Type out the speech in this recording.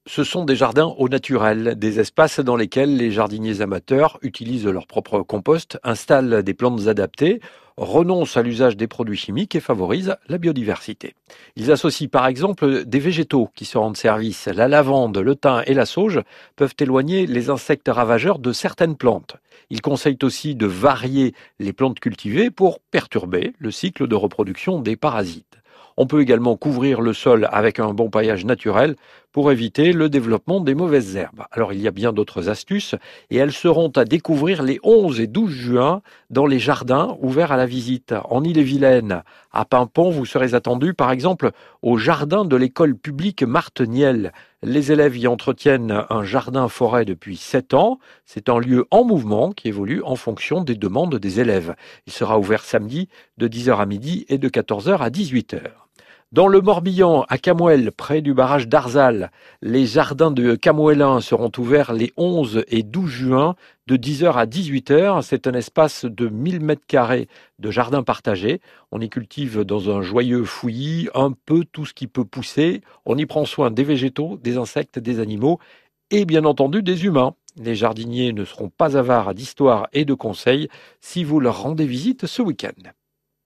Ce sont des jardins au naturel, des espaces dans lesquels les jardiniers amateurs utilisent leur propre compost, installent des plantes adaptées, renoncent à l'usage des produits chimiques et favorisent la biodiversité. Ils associent par exemple des végétaux qui se rendent service. La lavande, le thym et la sauge peuvent éloigner les insectes ravageurs de certaines plantes. Ils conseillent aussi de varier les plantes cultivées pour perturber le cycle de reproduction des parasites. On peut également couvrir le sol avec un bon paillage naturel pour éviter le développement des mauvaises herbes. Alors il y a bien d'autres astuces et elles seront à découvrir les 11 et 12 juin dans les jardins ouverts à la visite. En Ille-et-Vilaine, à Pimpon, vous serez attendu par exemple au jardin de l'école publique Marteniel. Les élèves y entretiennent un jardin-forêt depuis 7 ans. C'est un lieu en mouvement qui évolue en fonction des demandes des élèves. Il sera ouvert samedi de 10h à midi et de 14h à 18h. Dans le Morbihan, à Camoël, près du barrage d'Arzal, les jardins de Camoëlin seront ouverts les 11 et 12 juin de 10h à 18h. C'est un espace de 1000 mètres carrés de jardin partagé. On y cultive dans un joyeux fouillis un peu tout ce qui peut pousser. On y prend soin des végétaux, des insectes, des animaux et bien entendu des humains. Les jardiniers ne seront pas avares d'histoire et de conseils si vous leur rendez visite ce week-end.